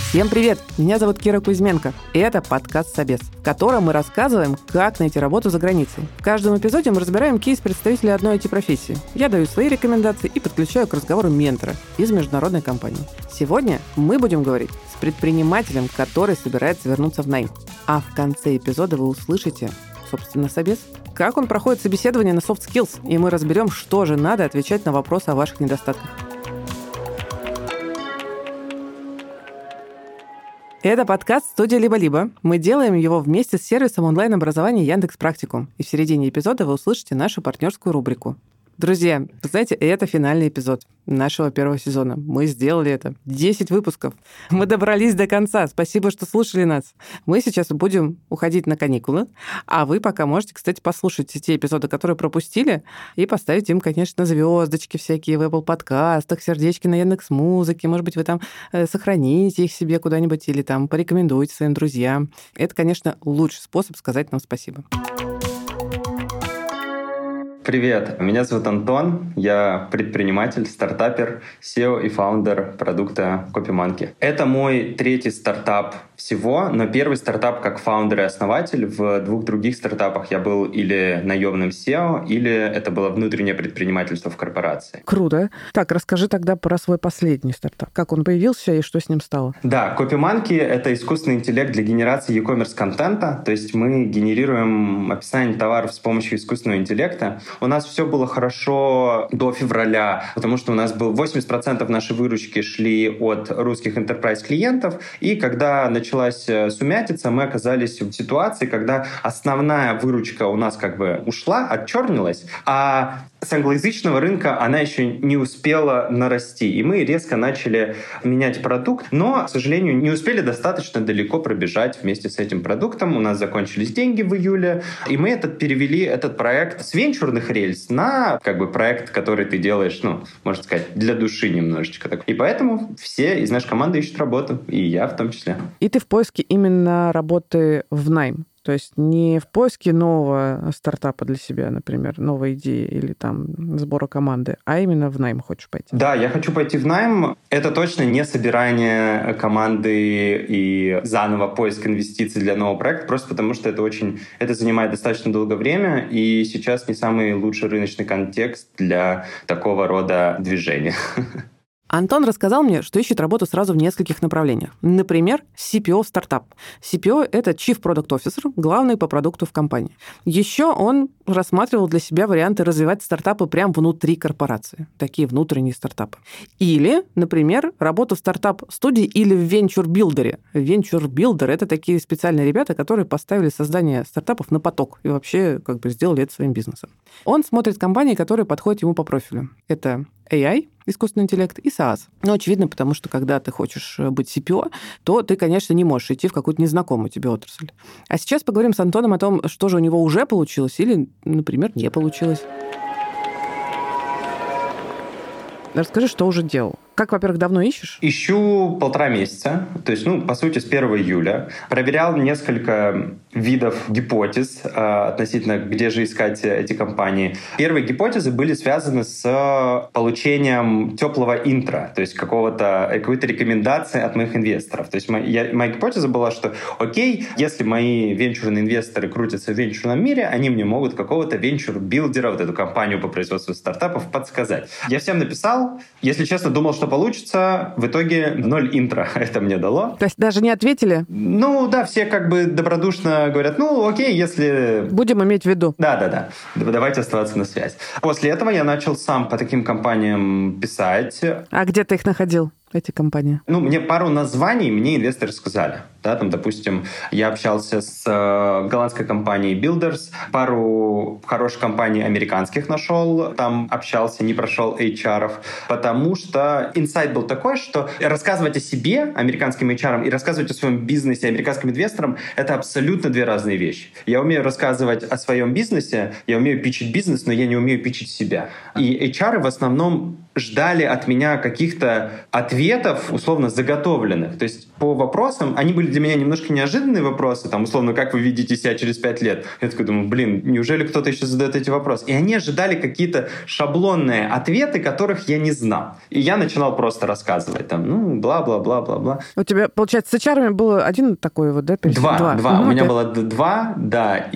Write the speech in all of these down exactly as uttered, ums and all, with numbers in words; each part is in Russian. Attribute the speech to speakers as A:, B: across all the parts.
A: Всем привет! Меня зовут Кира Кузьменко, и это подкаст «Собес», в котором мы рассказываем, как найти работу за границей. В каждом эпизоде мы разбираем кейс представителей одной ай ти-профессии. Я даю свои рекомендации и подключаю к разговору ментора из международной компании. Сегодня мы будем говорить с предпринимателем, который собирается вернуться в найм. А в конце эпизода вы услышите, собственно, собес, как он проходит собеседование на soft skills, и мы разберем, что же надо отвечать на вопросы о ваших недостатках. Это подкаст «Студия Либо-Либо». Мы делаем его вместе с сервисом онлайн-образования Яндекс.Практикум. И в середине эпизода вы услышите нашу партнерскую рубрику. Друзья, вы знаете, это финальный эпизод нашего первого сезона. Мы сделали это. десять выпусков. Мы добрались до конца. Спасибо, что слушали нас. Мы сейчас будем уходить на каникулы, а вы пока можете, кстати, послушать те эпизоды, которые пропустили, и поставить им, конечно, звездочки всякие в Apple подкастах, сердечки на Яндекс.Музыке. Может быть, вы там сохраните их себе куда-нибудь или там порекомендуете своим друзьям. Это, конечно, лучший способ сказать нам спасибо.
B: Привет, меня зовут Антон, я предприниматель, стартапер, си и о и фаундер продукта CopyMonkey. Это мой третий стартап всего, но первый стартап как фаундер и основатель. В двух других стартапах я был или наемным си и о, или это было внутреннее предпринимательство в корпорации.
A: Круто. Так, расскажи тогда про свой последний стартап. Как он появился и что с ним стало?
B: Да, CopyMonkey — это искусственный интеллект для генерации e-commerce контента, то есть мы генерируем описание товаров с помощью искусственного интеллекта. У нас все было хорошо до февраля, потому что у нас было восемьдесят процентов нашей выручки шли от русских enterprise клиентов, и когда началась сумятица, мы оказались в ситуации, когда основная выручка у нас как бы ушла, отчернилась, а с англоязычного рынка она еще не успела нарасти. И мы резко начали менять продукт, но, к сожалению, не успели достаточно далеко пробежать вместе с этим продуктом. У нас закончились деньги в июле, и мы этот, перевели этот проект с венчурных рельс на как бы проект, который ты делаешь, ну, можно сказать, для души немножечко. И поэтому все из нашей команды ищут работу, и я в том числе.
A: И ты в поиске именно работы в найм? То есть не в поиске нового стартапа для себя, например, новой идеи или там сбора команды, а именно в найм хочешь пойти?
B: Да, я хочу пойти в найм. Это точно не собирание команды и заново поиск инвестиций для нового проекта, просто потому что это очень, это занимает достаточно долгое время, и сейчас не самый лучший рыночный контекст для такого рода движения.
A: Антон рассказал мне, что ищет работу сразу в нескольких направлениях. Например, си пи о в стартап. си пи о — это Chief Product Officer, главный по продукту в компании. Еще он рассматривал для себя варианты развивать стартапы прямо внутри корпорации. Такие внутренние стартапы. Или, например, работу в стартап-студии или в венчур-билдере. Венчур-билдер — это такие специальные ребята, которые поставили создание стартапов на поток и вообще как бы сделали это своим бизнесом. Он смотрит компании, которые подходят ему по профилю. Это эй ай, искусственный интеллект, и саас. Ну, очевидно, потому что когда ты хочешь быть си пи о, то ты, конечно, не можешь идти в какую-то незнакомую тебе отрасль. А сейчас поговорим с Антоном о том, что же у него уже получилось или, например, не получилось. Расскажи, что уже делал. Как, во-первых, давно ищешь?
B: Ищу полтора месяца, то есть, ну, по сути, с первого июля. Проверял несколько видов гипотез э, относительно, где же искать эти компании. Первые гипотезы были связаны с получением теплого интро, то есть какого-то, какой-то рекомендации от моих инвесторов. То есть моя, моя гипотеза была, что окей, если мои венчурные инвесторы крутятся в венчурном мире, они мне могут какого-то венчур-билдера, вот эту компанию по производству стартапов, подсказать. Я всем написал, если честно, думал, что получится. В итоге ноль интро это мне дало.
A: То есть даже не ответили?
B: Ну да, все как бы добродушно говорят, ну окей, если...
A: Будем иметь в виду.
B: Да-да-да, давайте оставаться на связь. После этого я начал сам по таким компаниям писать.
A: А где ты их находил, эти компании?
B: Ну, мне пару названий мне инвесторы сказали. Да, там, допустим, я общался с э, голландской компанией Builders, пару хороших компаний американских нашел, там общался, не прошел эйч ар-ов, потому что инсайт был такой, что рассказывать о себе американским эйч ар-ам и рассказывать о своем бизнесе американским инвесторам — это абсолютно две разные вещи. Я умею рассказывать о своем бизнесе, я умею питчить бизнес, но я не умею питчить себя. И эйч ар-ы в основном ждали от меня каких-то ответов, условно заготовленных. То есть по вопросам, они были для меня немножко неожиданные вопросы, там, условно, как вы видите себя через пять лет? Я такой думаю, блин, неужели кто-то еще задает эти вопросы? И они ожидали какие-то шаблонные ответы, которых я не знал. И я начинал просто рассказывать, там, ну, бла-бла-бла-бла-бла.
A: У тебя, получается, с эйч ар был один такой вот, да?
B: Два, два. два.
A: Ну,
B: У меня
A: ты...
B: было два, да,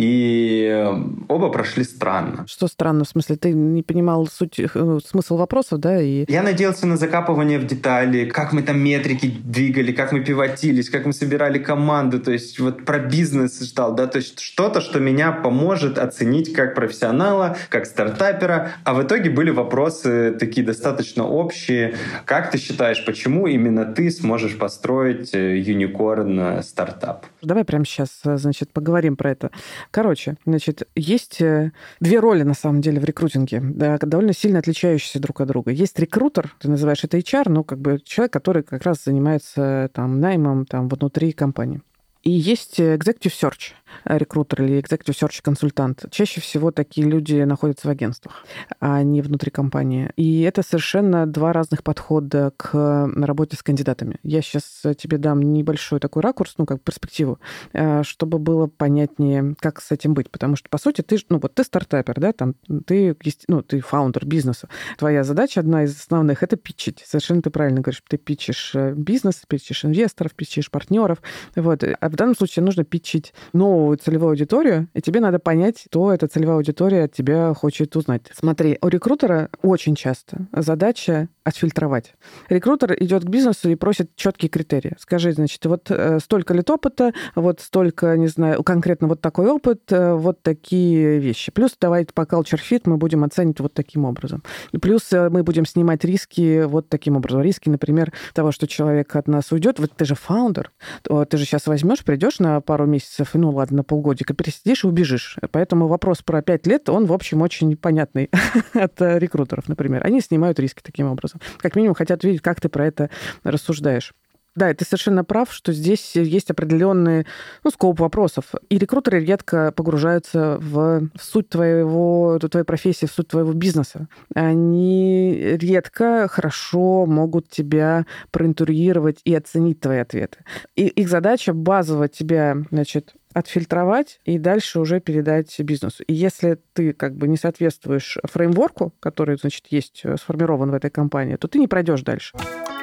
B: и оба прошли странно.
A: Что странно? В смысле, ты не понимал суть, смысл вопросов, да? И...
B: Я надеялся на закапывание в детали, как мы там метрики двигали, как мы пивотились, как мы собирали команду, то есть вот про бизнес ждал, да, то есть что-то, что меня поможет оценить как профессионала, как стартапера, а в итоге были вопросы такие достаточно общие. Как ты считаешь, почему именно ты сможешь построить юникорн стартап?
A: Давай прямо сейчас, значит, поговорим про это. Короче, значит, есть две роли, на самом деле, в рекрутинге, да, довольно сильно отличающиеся друг от друга. Есть рекрутер, ты называешь это эйч ар, ну, как бы человек, который как раз занимается там наймом там внутри компании. И есть executive search рекрутер или executive search консультант. Чаще всего такие люди находятся в агентствах, а не внутри компании. И это совершенно два разных подхода к работе с кандидатами. Я сейчас тебе дам небольшой такой ракурс, ну, как перспективу, чтобы было понятнее, как с этим быть. Потому что, по сути, ты, ну, вот ты стартапер, да, там, ты, ну, ты фаундер бизнеса. Твоя задача, одна из основных, это питчить. Совершенно ты правильно говоришь. Ты питчишь бизнес, питчишь инвесторов, питчишь партнеров. Вот. А в данном случае нужно питчить новую целевую аудиторию, и тебе надо понять, кто эта целевая аудитория от тебя хочет узнать. Смотри, у рекрутера очень часто задача отфильтровать. Рекрутер идет к бизнесу и просит четкие критерии. Скажи, значит, вот столько лет опыта, вот столько, не знаю, конкретно вот такой опыт, вот такие вещи. Плюс давайте по culture fit мы будем оценивать вот таким образом. Плюс мы будем снимать риски вот таким образом. Риски, например, того, что человек от нас уйдет. Вот ты же фаундер, ты же сейчас возьмешь, придешь на пару месяцев, и ну ладно, на полгодика, пересидишь и убежишь. Поэтому вопрос про пять лет, он, в общем, очень понятный от рекрутеров, например. Они снимают риски таким образом. Как минимум хотят видеть, как ты про это рассуждаешь. Да, ты совершенно прав, что здесь есть определенный, ну, скоп вопросов. И рекрутеры редко погружаются в суть твоего, твоей профессии, в суть твоего бизнеса. Они редко хорошо могут тебя проинтервьюировать и оценить твои ответы. И их задача базово тебя, значит, отфильтровать и дальше уже передать бизнесу. И если ты как бы не соответствуешь фреймворку, который, значит, есть сформирован в этой компании, то ты не пройдешь дальше.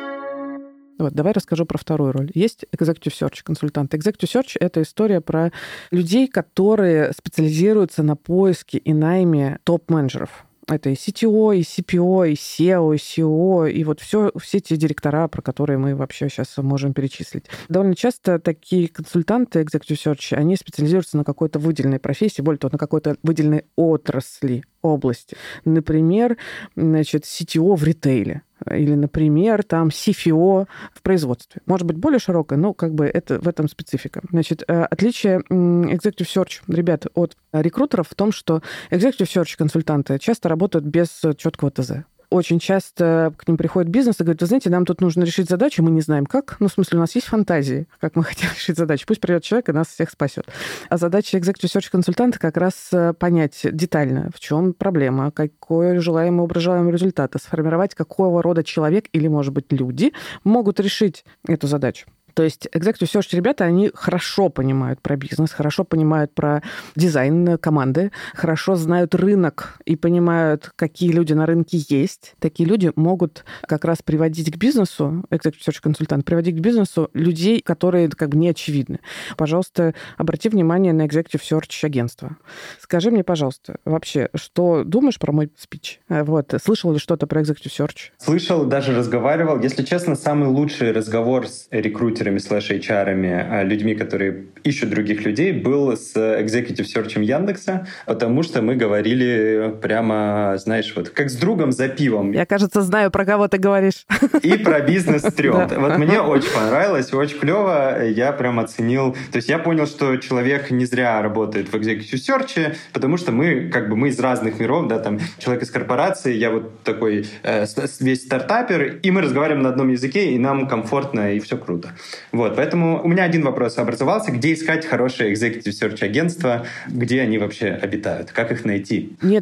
A: Вот, давай расскажу про вторую роль. Есть executive search консультант. Executive search — это история про людей, которые специализируются на поиске и найме топ-менеджеров. Это и си ти о, и си пи о, и сео, и си и о, и вот все, все те директора, про которые мы вообще сейчас можем перечислить. Довольно часто такие консультанты, executive search, они специализируются на какой-то выделенной профессии, более того, на какой-то выделенной отрасли, области. Например, значит, си ти о в ритейле. Или, например, там си эф о в производстве. Может быть, более широкое, но как бы это, в этом специфика. Значит, отличие executive search, ребят, от рекрутеров в том, что executive search консультанты часто работают без четкого ТЗ. Очень часто к ним приходит бизнес и говорит: вы знаете, нам тут нужно решить задачу, мы не знаем как. Ну, в смысле, у нас есть фантазии, как мы хотим решить задачу. Пусть придет человек и нас всех спасет. А задача executive search консультанта как раз понять детально, в чем проблема, какой желаемый образ, желаемый результат, сформировать, какого рода человек или, может быть, люди могут решить эту задачу. То есть executive search ребята, они хорошо понимают про бизнес, хорошо понимают про дизайн команды, хорошо знают рынок и понимают, какие люди на рынке есть. Такие люди могут как раз приводить к бизнесу, executive search консультант, приводить к бизнесу людей, которые как бы не очевидны. Пожалуйста, обрати внимание на executive search агентство. Скажи мне, пожалуйста, вообще, что думаешь про мой спич? Вот, слышал ли что-то про executive search?
B: Слышал, даже разговаривал. Если честно, самый лучший разговор с рекрутерами слэш эйч ар-ами, людьми, которые ищут других людей, был с executive search Яндекса, потому что мы говорили прямо, знаешь, вот как с другом за пивом.
A: Я, кажется, знаю, про кого ты говоришь.
B: И про бизнес-трём. Вот мне очень понравилось, очень клево. Я прям оценил. То есть я понял, что человек не зря работает в executive search, потому что мы как бы мы из разных миров, да, там человек из корпорации, я вот такой э, весь стартапер, и мы разговариваем на одном языке, и нам комфортно, и все круто. Вот, поэтому у меня один вопрос образовался. Где искать хорошее executive search агентство? Где они вообще обитают? Как их найти?
A: Нет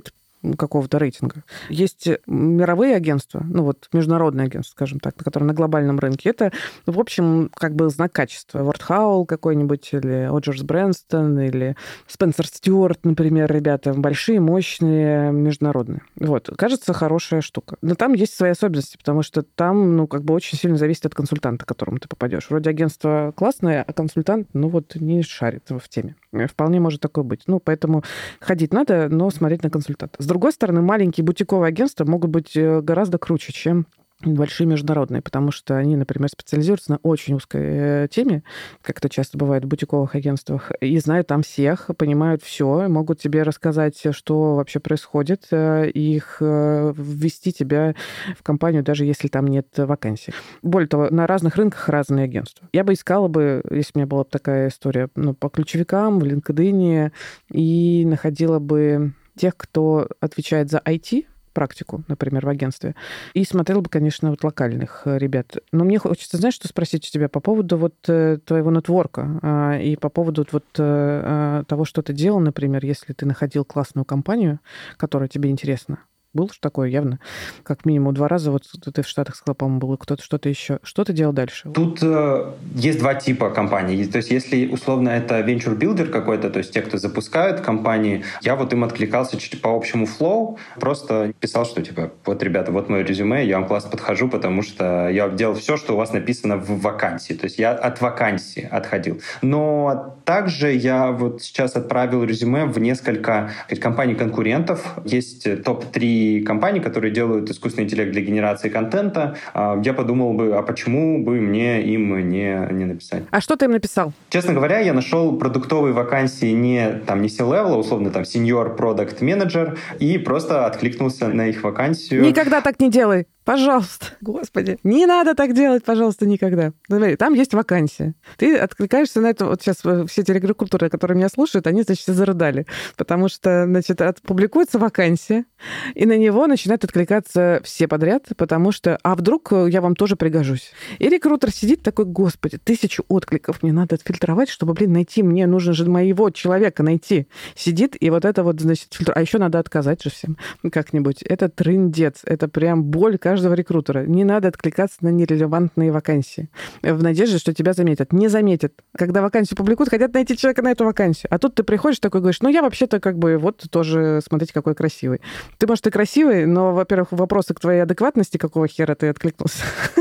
A: какого-то рейтинга. Есть мировые агентства, ну вот международные агентства, скажем так, которые на глобальном рынке. Это, в общем, как бы знак качества. Ward Howell какой-нибудь, или Оджерс Брэнстон, или Спенсер Стюарт, например, ребята, большие, мощные, международные. Вот. Кажется, хорошая штука. Но там есть свои особенности, потому что там, ну, как бы очень сильно зависит от консультанта, к которому ты попадешь. Вроде агентство классное, а консультант, ну, вот не шарит в теме. Вполне может такое быть. Ну, поэтому ходить надо, но смотреть на консультанта. С другой стороны, маленькие бутиковые агентства могут быть гораздо круче, чем большие международные, потому что они, например, специализируются на очень узкой теме, как это часто бывает в бутиковых агентствах, и знают там всех, понимают все, могут тебе рассказать, что вообще происходит, и их ввести тебя в компанию, даже если там нет вакансий. Более того, на разных рынках разные агентства. Я бы искала бы, если у меня была бы такая история, ну, по ключевикам в LinkedIn, и находила бы тех, кто отвечает за ай ти, практику, например, в агентстве, и смотрела бы, конечно, вот локальных ребят. Но мне хочется, знаешь, что спросить у тебя по поводу вот твоего нетворка и по поводу вот того, что ты делал, например, если ты находил классную компанию, которая тебе интересна. Было же такое явно. Как минимум два раза. Вот ты в Штатах сказал, по-моему, было кто-то что-то еще. Что ты делал дальше?
B: Тут э, есть два типа компаний. То есть если условно это venture builder какой-то, то есть те, кто запускают компании, я вот им откликался чуть по общему флоу, просто писал, что типа, вот, ребята, вот мое резюме, я вам классно подхожу, потому что я делал все, что у вас написано в вакансии. То есть я от вакансии отходил. Но также я вот сейчас отправил резюме в несколько компаний-конкурентов. Есть топ три компаний, которые делают искусственный интеллект для генерации контента. Я подумал бы, а почему бы мне им не, не написать?
A: А что ты им написал?
B: Честно говоря, я нашел продуктовые вакансии не, там, не C-level, а условно там senior product manager, и просто откликнулся на их вакансию.
A: Никогда так не делай. Пожалуйста, господи. Не надо так делать, пожалуйста, никогда. Смотри, там есть вакансия. Ты откликаешься на это. Вот сейчас все телерекрутеры, которые меня слушают, они, значит, зарыдали. Потому что, значит, публикуется вакансия, и на него начинают откликаться все подряд, потому что, а вдруг я вам тоже пригожусь. И рекрутер сидит такой, господи, тысячу откликов мне надо отфильтровать, чтобы, блин, найти. Мне нужно же моего человека найти. Сидит, и вот это вот, значит, фильтр. А еще надо отказать же всем как-нибудь. Это трындец. Это прям боль каждого каждого рекрутера. Не надо откликаться на нерелевантные вакансии в надежде, что тебя заметят. Не заметят. Когда вакансию публикуют, хотят найти человека на эту вакансию. А тут ты приходишь такой, говоришь, ну, я вообще-то как бы вот тоже, смотрите, какой красивый. Ты, может, и красивый, но, во-первых, вопросы к твоей адекватности, какого хера ты откликнулся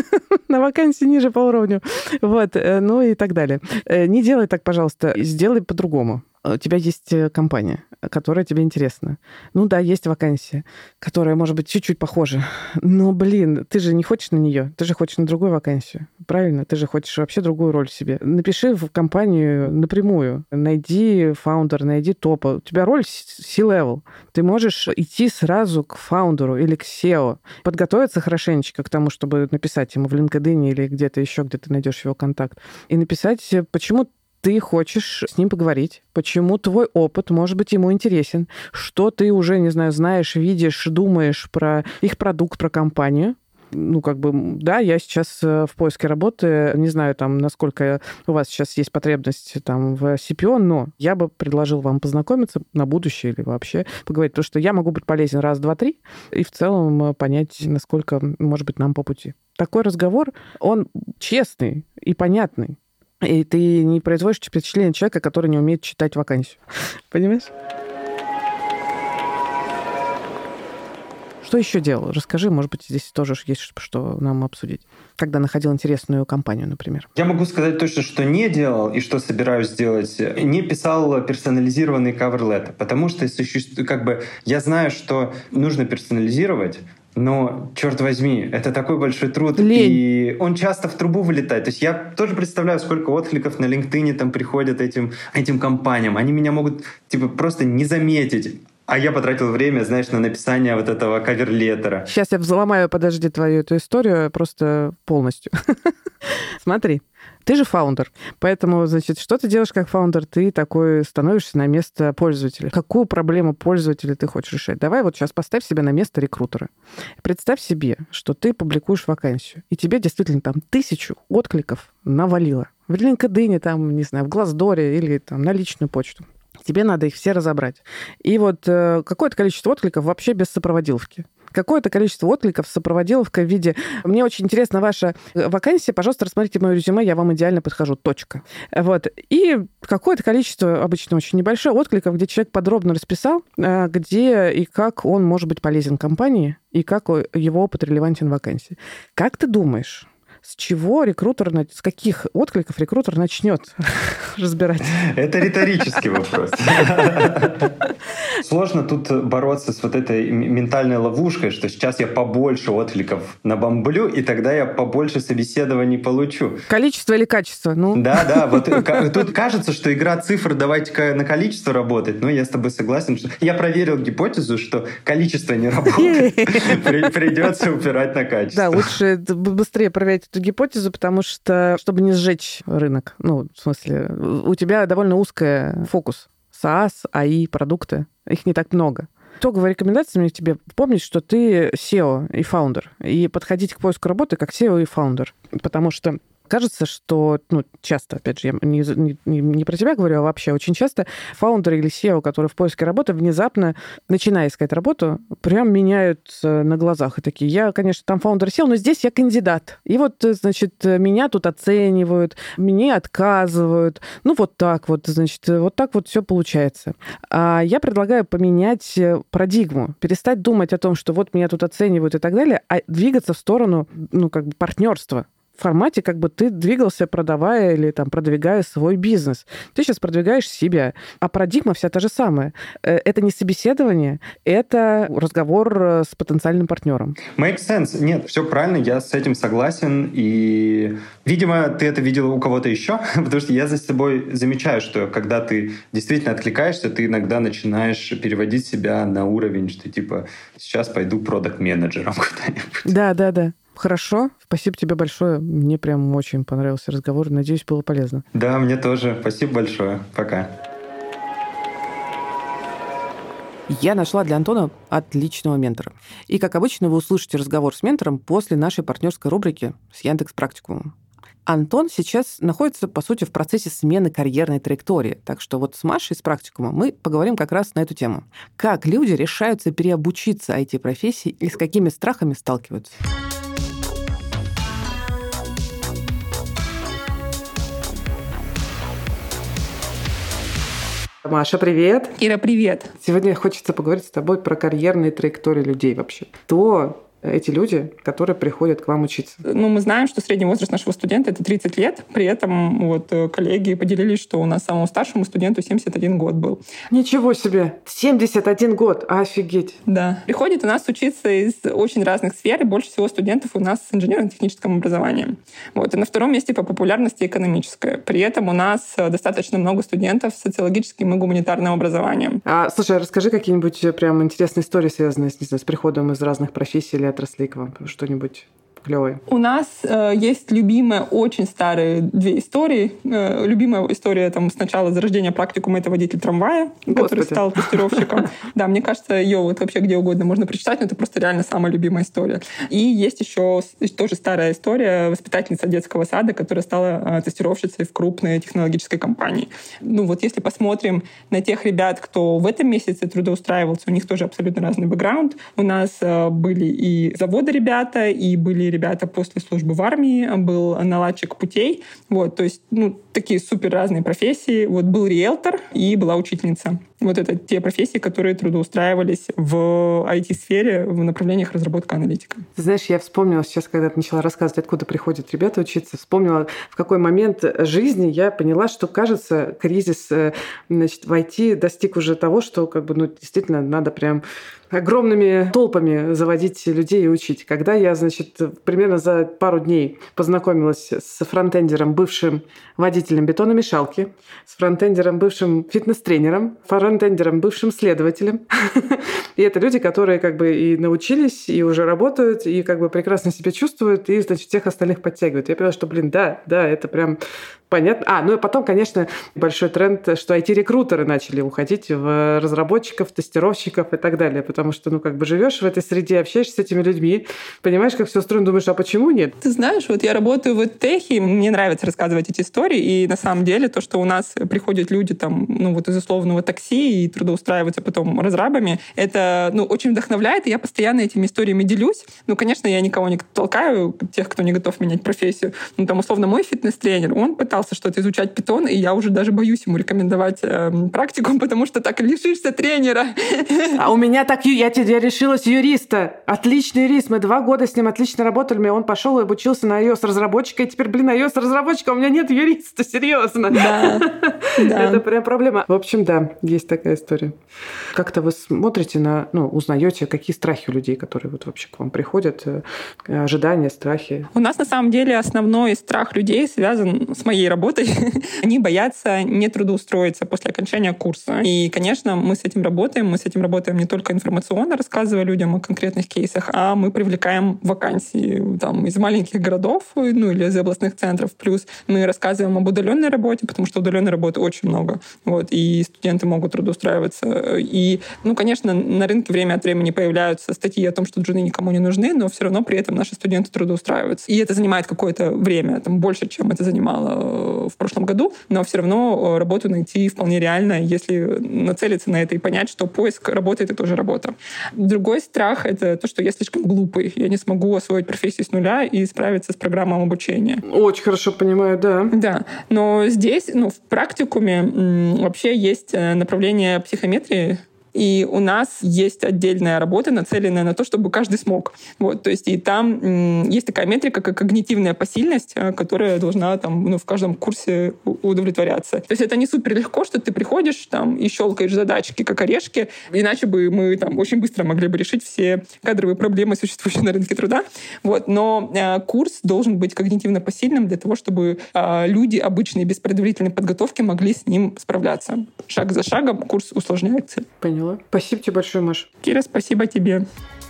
A: на вакансии ниже по уровню. Вот. Ну и так далее. Не делай так, пожалуйста. Сделай по-другому. У тебя есть компания, которая тебе интересна. Ну да, есть вакансия, которая, может быть, чуть-чуть похожа. Но, блин, ты же не хочешь на нее, ты же хочешь на другую вакансию. Правильно? Ты же хочешь вообще другую роль себе. Напиши в компанию напрямую. Найди фаундер, найди топа. У тебя роль C-level. Ты можешь идти сразу к фаундеру или к сео, подготовиться хорошенечко к тому, чтобы написать ему в LinkedIn или где-то еще, где ты найдешь его контакт, и написать, почему ты хочешь с ним поговорить, почему твой опыт может быть ему интересен, что ты уже, не знаю, знаешь, видишь, думаешь про их продукт, про компанию. Ну, как бы, да, я сейчас в поиске работы, не знаю, там, насколько у вас сейчас есть потребность там в си пи о, но я бы предложил вам познакомиться на будущее или вообще поговорить, потому что я могу быть полезен раз, два, три, и в целом понять, насколько, может быть, нам по пути. Такой разговор, он честный и понятный. И ты не производишь впечатление человека, который не умеет читать вакансию. Понимаешь? Что еще делал? Расскажи, может быть, здесь тоже есть что нам обсудить. Когда находил интересную компанию, например.
B: Я могу сказать точно, что не делал и что собираюсь сделать. Не писал персонализированный cover-letter, потому что как бы я знаю, что нужно персонализировать, но, черт возьми, это такой большой труд,
A: Лень.
B: И он часто в трубу вылетает. То есть я тоже представляю, сколько откликов на LinkedIn там приходят этим, этим компаниям. Они меня могут типа просто не заметить. А я потратил время, знаешь, на написание вот этого кавер-леттера.
A: Сейчас я взломаю, подожди, твою эту историю просто полностью. Смотри. Ты же фаундер, поэтому, значит, что ты делаешь как фаундер? Ты такой становишься на место пользователя. Какую проблему пользователя ты хочешь решать? Давай вот сейчас поставь себя на место рекрутера. Представь себе, что ты публикуешь вакансию, и тебе действительно там тысячу откликов навалило. В LinkedIn, там, не знаю, в Glassdoor или там на личную почту. тебе надо их все разобрать. И вот э, какое-то количество откликов вообще без сопроводиловки. Какое-то количество откликов с сопроводиловкой в виде «Мне очень интересна ваша вакансия, пожалуйста, рассмотрите мое резюме, я вам идеально подхожу, точка». Вот. И какое-то количество, обычно очень небольшое, откликов, где человек подробно расписал, где и как он может быть полезен компании, и как его опыт релевантен вакансии. Как ты думаешь, с чего рекрутер, с каких откликов рекрутер начнет разбирать?
B: Это риторический вопрос. Сложно тут бороться с вот этой ментальной ловушкой, что сейчас я побольше откликов набомблю, и тогда я побольше собеседований получу.
A: Количество или качество? Ну.
B: Да, да. Вот тут кажется, что игра цифр, давайте-ка на количество работать. Но я с тобой согласен, что я проверил гипотезу, что количество не работает. Придется упирать на качество.
A: Да, лучше быстрее проверять эту гипотезу, потому что, чтобы не сжечь рынок. Ну, в смысле, у тебя довольно узкий фокус. SaaS, эй ай, продукты. Их не так много. Итоговая рекомендация мне тебе помнить, что ты сео и фаундер. И подходить к поиску работы как сео и фаундер. Потому что кажется, что, ну, часто, опять же, я не, не, не про тебя говорю, а вообще очень часто фаундеры или сео, которые в поиске работы, внезапно, начиная искать работу, прям меняются на глазах. И такие, я, конечно, там фаундер сео, но здесь я кандидат. И вот, значит, меня тут оценивают, мне отказывают. Ну, вот так вот, значит, вот так вот все получается. А я предлагаю поменять парадигму, перестать думать о том, что вот меня тут оценивают и так далее, а двигаться в сторону, ну, как бы партнерства. В формате, как бы ты двигался, продавая или там продвигая свой бизнес. Ты сейчас продвигаешь себя. А парадигма вся та же самая. Это не собеседование, это разговор с потенциальным партнером.
B: Makes sense. Нет, все правильно, я с этим согласен. И, видимо, ты это видела у кого-то еще, потому что я за собой замечаю, что когда ты действительно откликаешься, ты иногда начинаешь переводить себя на уровень, что типа сейчас пойду продакт-менеджером куда-нибудь.
A: Да, да, да. Хорошо. Спасибо тебе большое. Мне прям очень понравился разговор. Надеюсь, было полезно.
B: Да, мне тоже. Спасибо большое. Пока.
A: Я нашла для Антона отличного ментора. И, как обычно, вы услышите разговор с ментором после нашей партнерской рубрики с Яндекс.Практикумом. Антон сейчас находится, по сути, в процессе смены карьерной траектории. Так что вот с Машей из практикума мы поговорим как раз на эту тему. Как люди решаются переобучиться ай ти-профессии и с какими страхами сталкиваются. Маша, привет.
C: Ира, привет.
A: Сегодня хочется поговорить с тобой про карьерные траектории людей вообще. Кто эти люди, которые приходят к вам учиться?
C: Ну, мы знаем, что средний возраст нашего студента — это тридцать лет. При этом вот коллеги поделились, что у нас самому старшему студенту семьдесят один год был.
A: Ничего себе! семьдесят один год! Офигеть!
C: Да. Приходит у нас учиться из очень разных сфер, и больше всего студентов у нас с инженерно-техническим образованием. Вот. И на втором месте по популярности экономическое. При этом у нас достаточно много студентов с социологическим и гуманитарным образованием.
A: А, слушай, расскажи какие-нибудь прям интересные истории, связанные с, не знаю, с приходом из разных профессий или отраслей к вам, что-нибудь клевое.
C: У нас э, есть любимые, очень старые две истории. Э, любимая история там сначала зарождения практикума — это водитель трамвая,
A: Господи.
C: который стал тестировщиком. Да, мне кажется, ее вот вообще где угодно можно прочитать, но это просто реально самая любимая история. И есть еще тоже старая история воспитательница детского сада, которая стала тестировщицей в крупной технологической компании. Ну вот если посмотрим на тех ребят, кто в этом месяце трудоустраивался, у них тоже абсолютно разный бэкграунд. У нас были и заводы ребята, и были ребята после службы в армии, был наладчик путей. Вот, то есть, ну, такие супер разные профессии. Вот был риэлтор и была учительница. Вот это те профессии, которые трудоустраивались в ай ти-сфере в направлениях разработка аналитика.
A: Ты знаешь, я вспомнила сейчас, когда ты начала рассказывать, откуда приходят ребята учиться, вспомнила, в какой момент жизни я поняла, что, кажется, кризис, значит, в ай ти достиг уже того, что как бы, ну, действительно надо прям огромными толпами заводить людей и учить. Когда я, значит, примерно за пару дней познакомилась с фронтендером, бывшим водителем бетономешалки, с фронтендером, бывшим фитнес-тренером, фронтендером, бывшим следователем. И это люди, которые как бы и научились, и уже работают, и как бы прекрасно себя чувствуют, и, значит, всех остальных подтягивают. Я поняла, что, блин, да, да, это прям понятно. А, ну и потом, конечно, большой тренд, что ай ти-рекрутеры начали уходить в разработчиков, тестировщиков и так далее, потому что, ну, как бы живешь в этой среде, общаешься с этими людьми, понимаешь, как все устроено, думаешь, а почему нет?
C: Ты знаешь, вот я работаю в техе, мне нравится рассказывать эти истории, и на самом деле то, что у нас приходят люди там, ну, вот из условного такси и трудоустраиваются потом разрабами, это, ну, очень вдохновляет, и я постоянно этими историями делюсь. Ну, конечно, я никого не толкаю, тех, кто не готов менять профессию. Ну, там, условно, мой фитнес-тренер, он пытался что-то изучать Python, и я уже даже боюсь ему рекомендовать э, практикум, потому что так лишишься тренера.
A: А у меня так, я, я решилась юриста. Отличный юрист. Мы два года с ним отлично работали. Он пошел и обучился на iOS-разработчика, и теперь, блин, iOS-разработчика, у меня нет юриста, серьезно.
C: Да, да.
A: Это прям проблема. В общем, да, есть такая история. Как-то вы смотрите на, ну, узнаете, какие страхи у людей, которые вот вообще к вам приходят, ожидания, страхи?
C: У нас, на самом деле, основной страх людей связан с моей работой. Они боятся не трудоустроиться после окончания курса. И, конечно, мы с этим работаем. Мы с этим работаем не только информационно, рассказывая людям о конкретных кейсах, а мы привлекаем вакансии там, из маленьких городов, ну или из областных центров. Плюс мы рассказываем об удаленной работе, потому что удаленной работы очень много. Вот, и студенты могут трудоустраиваться. И, ну, конечно, на рынке время от времени появляются статьи о том, что джуны никому не нужны, но все равно при этом наши студенты трудоустраиваются. И это занимает какое-то время, там, больше, чем это занимало в прошлом году, но все равно работу найти вполне реально, если нацелиться на это и понять, что поиск работы — это тоже работа. Другой страх — это то, что я слишком глупый, я не смогу освоить профессию с нуля и справиться с программой обучения.
A: Очень хорошо понимаю, да.
C: Да, но здесь, ну, в практикуме м, вообще есть направление психометрии, и у нас есть отдельная работа, нацеленная на то, чтобы каждый смог. Вот, то есть и там м, есть такая метрика, как когнитивная посильность, которая должна там, ну, в каждом курсе удовлетворяться. То есть это не супер легко, что ты приходишь там и щелкаешь задачки, как орешки, иначе бы мы там очень быстро могли бы решить все кадровые проблемы, существующие на рынке труда. Вот, но э, курс должен быть когнитивно посильным для того, чтобы э, люди обычные без предварительной подготовки могли с ним справляться. Шаг за шагом курс усложняется.
A: Поняла. Спасибо тебе большое, Маша.
C: Кира, спасибо тебе.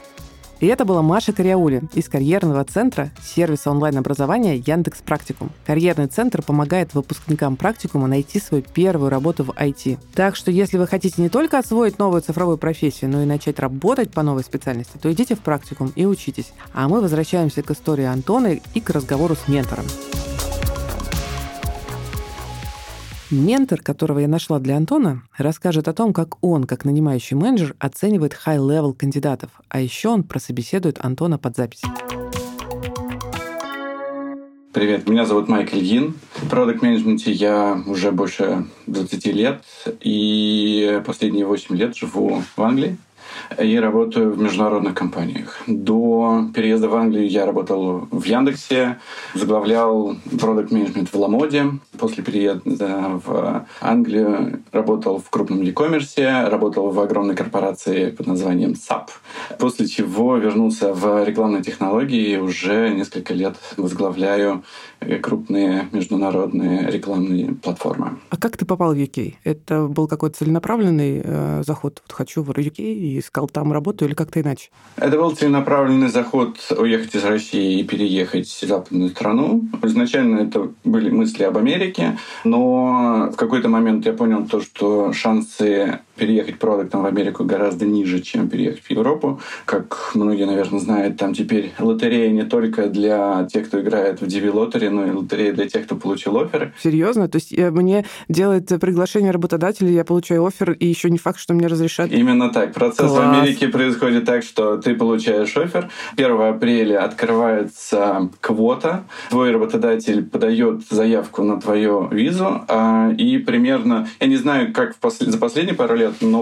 A: И это была Маша Кариаули из карьерного центра сервиса онлайн-образования Яндекс Практикум. Карьерный центр помогает выпускникам практикума найти свою первую работу в ай ти. Так что если вы хотите не только освоить новую цифровую профессию, но и начать работать по новой специальности, то идите в практикум и учитесь. А мы возвращаемся к истории Антона и к разговору с ментором. Ментор, которого я нашла для Антона, расскажет о том, как он, как нанимающий менеджер, оценивает high-level кандидатов. А еще он прособеседует Антона под запись.
D: Привет, меня зовут Майк Ильин. В продакт-менеджменте я уже больше двадцати лет, и последние восемь лет живу в Англии и работаю в международных компаниях. До переезда в Англию я работал в Яндексе, возглавлял продакт-менеджмент в Ламоде. После переезда в Англию работал в крупном e-commerce, работал в огромной корпорации под названием сап. После чего вернулся в рекламные технологии и уже несколько лет возглавляю крупные международные рекламные платформы.
A: А как ты попал в ю кей? Это был какой-то целенаправленный э, заход? Вот хочу в ю кей и искал там работу, или как-то иначе?
D: Это был целенаправленный заход уехать из России и переехать в западную страну. Изначально это были мысли об Америке, но в какой-то момент я понял то, что шансы переехать продуктом в Америку гораздо ниже, чем переехать в Европу. Как многие, наверное, знают, там теперь лотерея не только для тех, кто играет в ди ви-лотереи, но и лотерея для тех, кто получил оффер.
A: Серьезно? То есть мне делает приглашение работодателя, я получаю оффер, и еще не факт, что мне разрешат?
D: Именно так. Процесс
A: Класс.
D: в Америке происходит так, что ты получаешь оффер. первого апреля открывается квота. Твой работодатель подает заявку на твою визу, и примерно, я не знаю, как за последние пару лет, но вот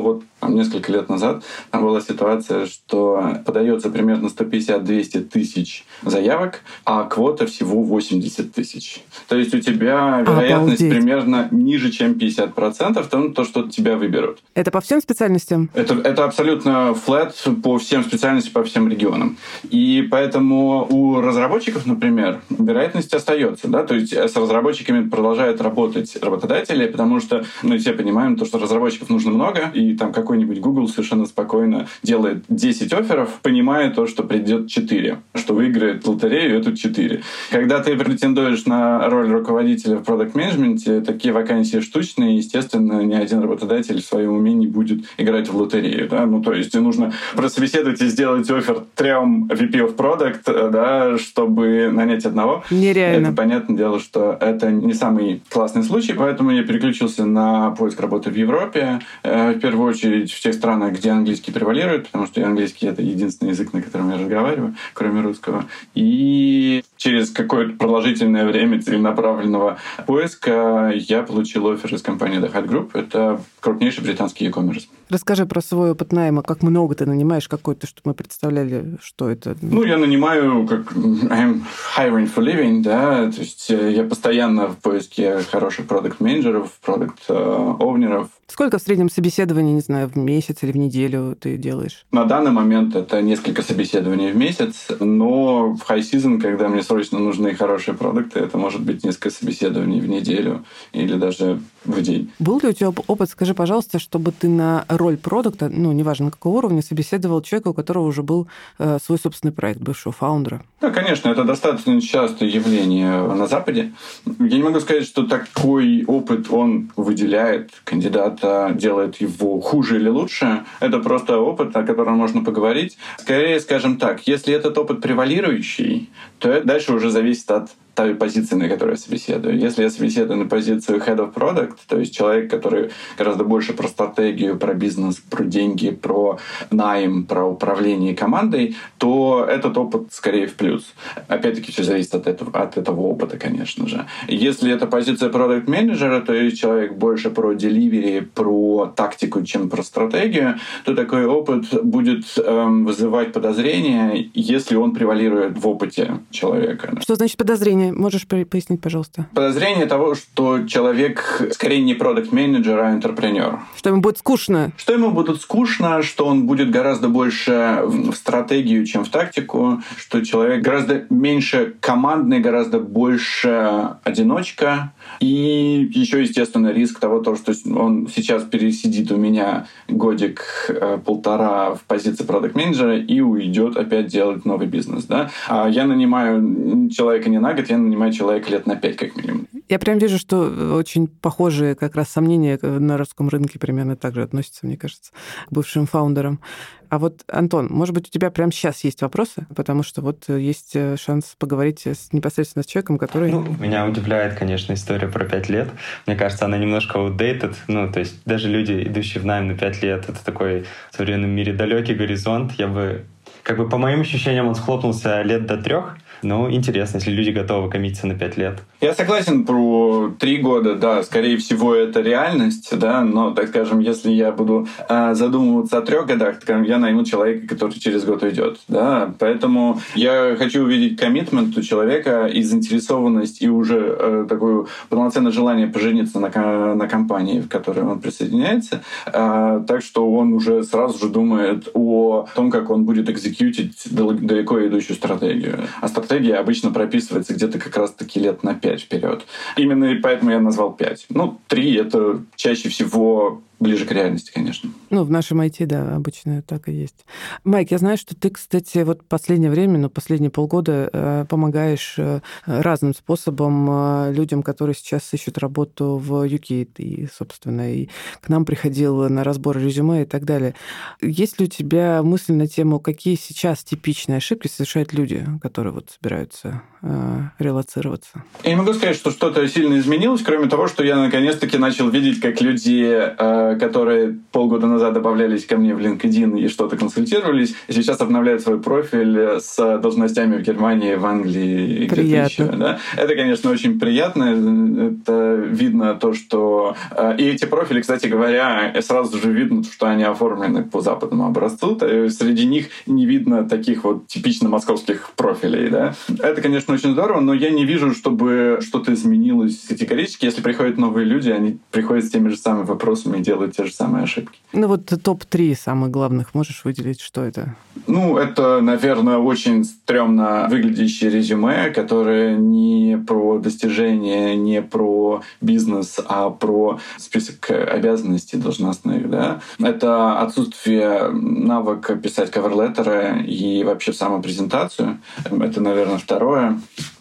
D: несколько лет назад там была ситуация, что подается примерно сто пятьдесят - двести тысяч заявок, а квота всего восемьдесят тысяч. То есть у тебя вероятность
A: Обалдеть.
D: примерно ниже, чем пятьдесят процентов, то, что тебя выберут.
A: Это по всем специальностям?
D: Это, это абсолютно флэт по всем специальностям, по всем регионам. И поэтому у разработчиков, например, вероятность остается. Да? То есть с разработчиками продолжают работать работодатели, потому что мы все понимаем, то, что разработчиков нужно много, и там какой-нибудь Google совершенно спокойно делает десять офферов, понимая то, что придет четыре, что выиграет лотерею эту четыре. Когда ты претендуешь на роль руководителя в продакт-менеджменте, такие вакансии штучные, естественно, ни один работодатель в своем уме не будет играть в лотерею. Да? Ну, то есть тебе нужно прособеседовать и сделать оффер трем ви пи of Product, да, чтобы нанять одного.
A: Нереально.
D: Это понятное дело, что это не самый классный случай, поэтому я переключился на поиск работы в Европе. В первую очередь в тех странах, где английский превалирует, потому что английский — это единственный язык, на котором я разговариваю, кроме русского. И через какое-то продолжительное время целенаправленного поиска я получил оффер из компании The Hut Group. Это крупнейший британский e-commerce.
A: Расскажи про свой опыт найма. Как много ты нанимаешь какой-то, чтобы мы представляли, что это?
D: Ну, я нанимаю как I'm hiring for living, да, то есть я постоянно в поиске хороших продакт-менеджеров, продакт-овнеров.
A: Сколько в среднем собеседований, не знаю, в месяц или в неделю ты делаешь?
D: На данный момент это несколько собеседований в месяц, но в high season, когда мне срочно нужны хорошие продукты, это может быть несколько собеседований в неделю или даже в день.
A: Был ли у тебя опыт, скажи, пожалуйста, чтобы ты на роль продукта, ну, неважно на какого уровня, собеседовал человека, у которого уже был э, свой собственный проект, бывшего фаундера?
D: Да, конечно, это достаточно частое явление на Западе. Я не могу сказать, что такой опыт, он выделяет кандидата, делает его хуже или лучше. Это просто опыт, о котором можно поговорить. Скорее, скажем так, если этот опыт превалирующий, то это дальше уже зависит от той позиции, на которой я собеседую. Если я собеседую на позицию Head of Product, то есть человек, который гораздо больше про стратегию, про бизнес, про деньги, про найм, про управление командой, то этот опыт скорее в плюс. Опять-таки, все зависит от этого, от этого опыта, конечно же. Если это позиция продакт-менеджера, то есть человек больше про delivery, про тактику, чем про стратегию, то такой опыт будет эм, вызывать подозрения, если он превалирует в опыте человека.
A: Что значит подозрение? Можешь пояснить, пожалуйста?
D: Подозрение того, что человек скорее не продакт-менеджер, а интерпренер.
A: Что ему будет скучно?
D: Что ему будет скучно, что он будет гораздо больше в стратегию, чем в тактику, что человек гораздо меньше командный, гораздо больше одиночка. И еще, естественно, риск того, что он сейчас пересидит у меня годик-полтора в позиции продакт-менеджера и уйдет опять делать новый бизнес. Да? А я нанимаю человека не на год, я нанимаю человека лет на пять как минимум.
A: Я прям вижу, что очень похожие как раз сомнения на русском рынке примерно так же относятся, мне кажется, к бывшим фаундерам. А вот, Антон, может быть, у тебя прямо сейчас есть вопросы? Потому что вот есть шанс поговорить с, непосредственно с человеком, который...
B: Ну, меня удивляет, конечно, история про пять лет. Мне кажется, она немножко outdated. Ну, то есть даже люди, идущие в найм на пять лет, это такой в современном мире далекий горизонт. Я бы... Как бы по моим ощущениям он схлопнулся лет до трех. Ну, интересно, если люди готовы коммититься на пять лет.
D: Я согласен про три года, да, скорее всего, это реальность, да, но, так скажем, если я буду э, задумываться о трех годах, так я найму человека, который через год уйдет, да, поэтому я хочу увидеть коммитмент у человека и заинтересованность, и уже э, такое полноценное желание пожениться на, на компании, в которой он присоединяется, э, так что он уже сразу же думает о том, как он будет экзекьютить далеко идущую стратегию. А стратегия обычно прописывается где-то как раз-таки лет на пять вперед. Именно и поэтому я назвал пять. Ну, три — это чаще всего ближе к реальности, конечно.
A: Ну, в нашем ай ти, да, обычно так и есть. Майк, я знаю, что ты, кстати, вот последнее время, ну, последние полгода помогаешь разным способом людям, которые сейчас ищут работу в ю кей, и, собственно, и к нам приходил на разбор резюме и так далее. Есть ли у тебя мысль на тему, какие сейчас типичные ошибки совершают люди, которые вот собираются э, релоцироваться?
D: Я не могу сказать, что что-то сильно изменилось, кроме того, что я наконец-таки начал видеть, как люди э, которые полгода назад добавлялись ко мне в LinkedIn и что-то консультировались, сейчас обновляют свой профиль с должностями в Германии, в Англии и где-то еще. Да? Это, конечно, очень приятно. Это видно то, что... И эти профили, кстати говоря, сразу же видно, что они оформлены по западному образцу. Среди них не видно таких вот типично московских профилей. Да? Это, конечно, очень здорово, но я не вижу, чтобы что-то изменилось категорически. Если приходят новые люди, они приходят с теми же самыми вопросами и делают те же самые ошибки.
A: Ну вот топ три самых главных можешь выделить, что это?
D: Ну, это, наверное, очень стрёмно выглядящее резюме, которое не про достижения, не про бизнес, а про список обязанностей должностных. Да? Это отсутствие навыка писать каверлеттеры и вообще самопрезентацию. Это, наверное, второе.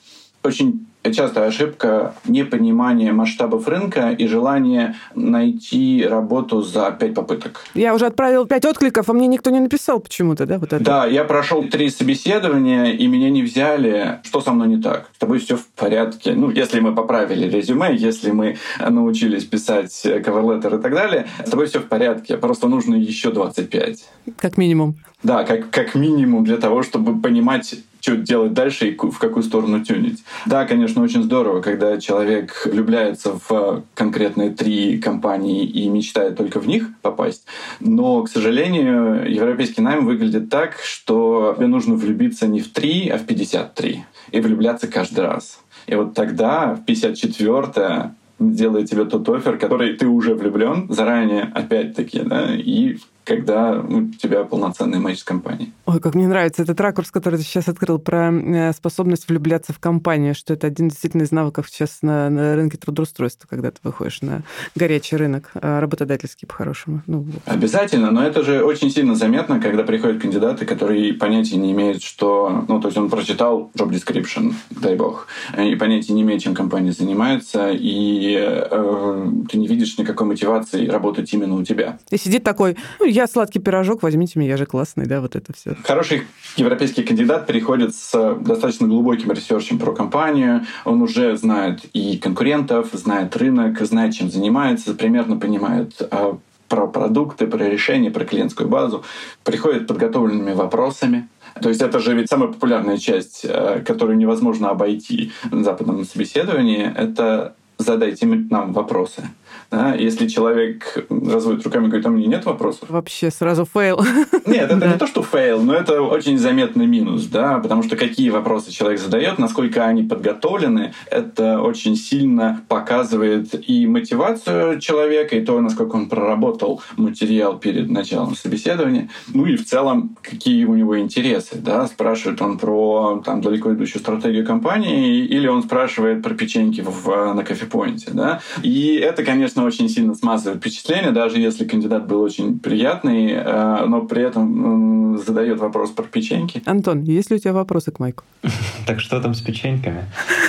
D: Очень частая ошибка — непонимание масштабов рынка и желание найти работу за пять попыток.
A: Я уже отправил пять откликов, а мне никто не написал почему-то, да? Вот это.
D: Да, я прошел три собеседования, и меня не взяли. Что со мной не так? С тобой все в порядке. Ну, если мы поправили резюме, если мы научились писать каверлеттер и так далее, с тобой все в порядке. Просто нужно еще двадцать пять.
A: Как минимум.
D: Да, как, как минимум для того, чтобы понимать, что делать дальше и в какую сторону тюнить. Да, конечно, очень здорово, когда человек влюбляется в конкретные три компании и мечтает только в них попасть. Но, к сожалению, европейский найм выглядит так, что тебе нужно влюбиться не в три, а в пятьдесят три. И влюбляться каждый раз. И вот тогда, в пятьдесят четвёртое, делает тебе тот оффер, который ты уже влюблен заранее, опять-таки, да, и когда у тебя полноценный матч с компанией.
A: Ой, как мне нравится этот ракурс, который ты сейчас открыл, про способность влюбляться в компанию, что это один действительно из навыков сейчас на, на рынке трудоустройства, когда ты выходишь на горячий рынок, работодательский по-хорошему. Ну,
D: обязательно, но это же очень сильно заметно, когда приходят кандидаты, которые понятия не имеют, что... Ну, то есть он прочитал job description, дай бог, и понятия не имеет, чем компания занимается, и э, ты не видишь никакой мотивации работать именно у тебя.
A: И сидит такой... Ну, я сладкий пирожок, возьмите меня, я же классный, да, вот это все.
D: Хороший европейский кандидат приходит с достаточно глубоким ресерчем про компанию. Он уже знает и конкурентов, знает рынок, знает, чем занимается, примерно понимает а, про продукты, про решения, про клиентскую базу. Приходит с подготовленными вопросами. То есть это же ведь самая популярная часть, которую невозможно обойти на западном собеседовании, это задайте нам вопросы. Да? Если человек разводит руками и говорит, а мне нет вопросов.
A: Вообще сразу фейл.
D: Нет, это не то, что фейл, но это очень заметный минус, да, потому что какие вопросы человек задает, насколько они подготовлены, это очень сильно показывает и мотивацию человека, и то, насколько он проработал материал перед началом собеседования, ну и в целом, какие у него интересы, да, спрашивает он про там, далеко идущую стратегию компании, или он спрашивает про печеньки в, на кофепоинте, да, и это, конечно, очень сильно смазывает впечатление, даже если кандидат был очень приятный, но при этом задает вопрос про печеньки.
A: Антон, есть ли у тебя вопросы к Майку?
B: Так что там с печеньками?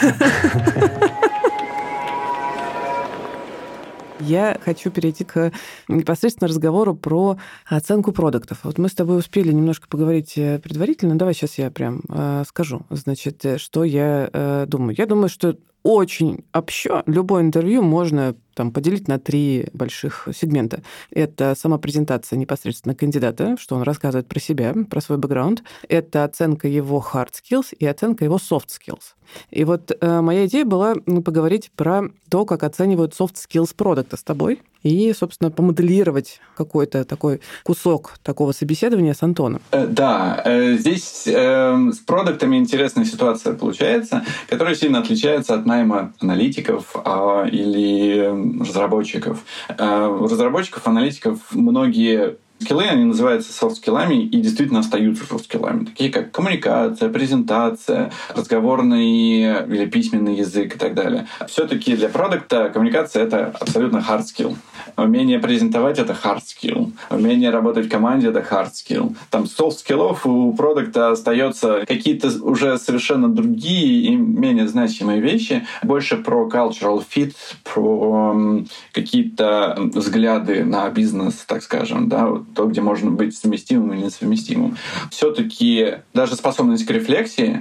A: Я хочу перейти к непосредственно разговору про оценку продуктов. Вот мы с тобой успели немножко поговорить предварительно. Давай сейчас я прям э, скажу, значит, что я э, думаю. Я думаю, что очень общо любое интервью можно там, поделить на три больших сегмента. Это сама презентация непосредственно кандидата, что он рассказывает про себя, про свой бэкграунд. Это оценка его hard skills и оценка его soft skills. И вот э, моя идея была ну, поговорить про то, как оценивают soft skills продукта с тобой, и, собственно, помоделировать какой-то такой кусок такого собеседования с Антоном.
D: Да, здесь с продуктами интересная ситуация получается, которая сильно отличается от найма аналитиков или разработчиков. У разработчиков, аналитиков многие скиллы, они называются софт-скиллами и действительно остаются софт-скиллами, такие как коммуникация, презентация, разговорный или письменный язык и так далее. Все-таки для продукта коммуникация — это абсолютно hard skill. Умение презентовать — это hard skill. Умение работать в команде — это hard skill. Там софт-скиллов у продукта остается какие-то уже совершенно другие и менее значимые вещи, больше про cultural fit, про какие-то взгляды на бизнес, так скажем, да, то, где можно быть совместимым или несовместимым. Все-таки даже способность к рефлексии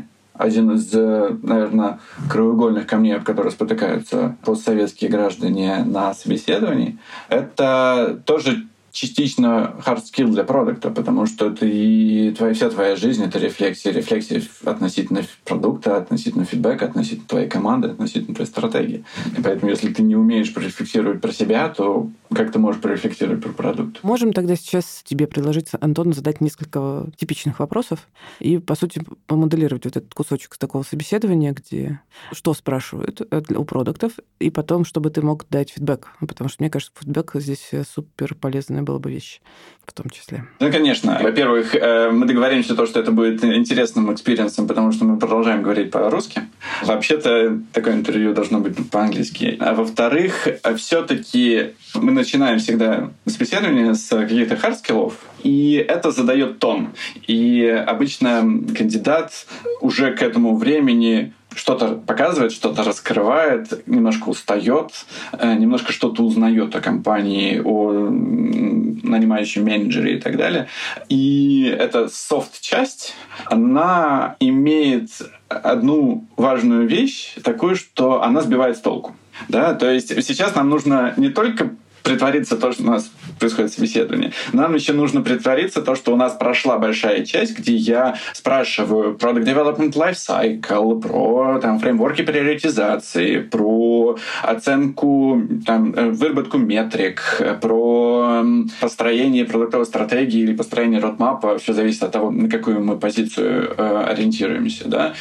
D: один из, наверное, краеугольных камней, об которые спотыкаются постсоветские граждане на собеседовании, это тоже частично hard skill для продукта, потому что это и твоя, вся твоя жизнь — это рефлексия. Рефлексия относительно продукта, относительно фидбэка, относительно твоей команды, относительно твоей стратегии. И поэтому, если ты не умеешь порефлексировать про себя, то как ты можешь порефлексировать про продукт?
A: Можем тогда сейчас тебе предложить, Антон, задать несколько типичных вопросов и, по сути, помоделировать вот этот кусочек с такого собеседования, где что спрашивают у продуктов, и потом, чтобы ты мог дать фидбэк. Потому что, мне кажется, фидбэк здесь супер полезная была бы вещь в том числе.
D: Ну, конечно. Во-первых, мы договоримся то, что это будет интересным экспириенсом, потому что мы продолжаем говорить по-русски. Вообще-то такое интервью должно быть по-английски. А во-вторых, все-таки мы начинаем всегда собеседование с каких-то hard-скиллов, и это задает тон. И обычно кандидат уже к этому времени что-то показывает, что-то раскрывает, немножко устает, немножко что-то узнает о компании, о нанимающем менеджере и так далее. И эта софт-часть, она имеет одну важную вещь, такую, что она сбивает с толку. Да? То есть сейчас нам нужно не только притвориться то, что у нас происходит собеседование. Нам еще нужно притвориться то, что у нас прошла большая часть, где я спрашиваю Product Development Lifecycle, про там, фреймворки приоритизации, про оценку, там, выработку метрик, про построение продуктовой стратегии или построение родмапа. Все зависит от того, на какую мы позицию э, ориентируемся. Да?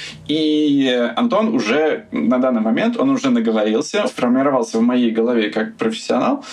D: И Антон уже на данный момент, он уже наговорился, сформировался в моей голове как профессионал,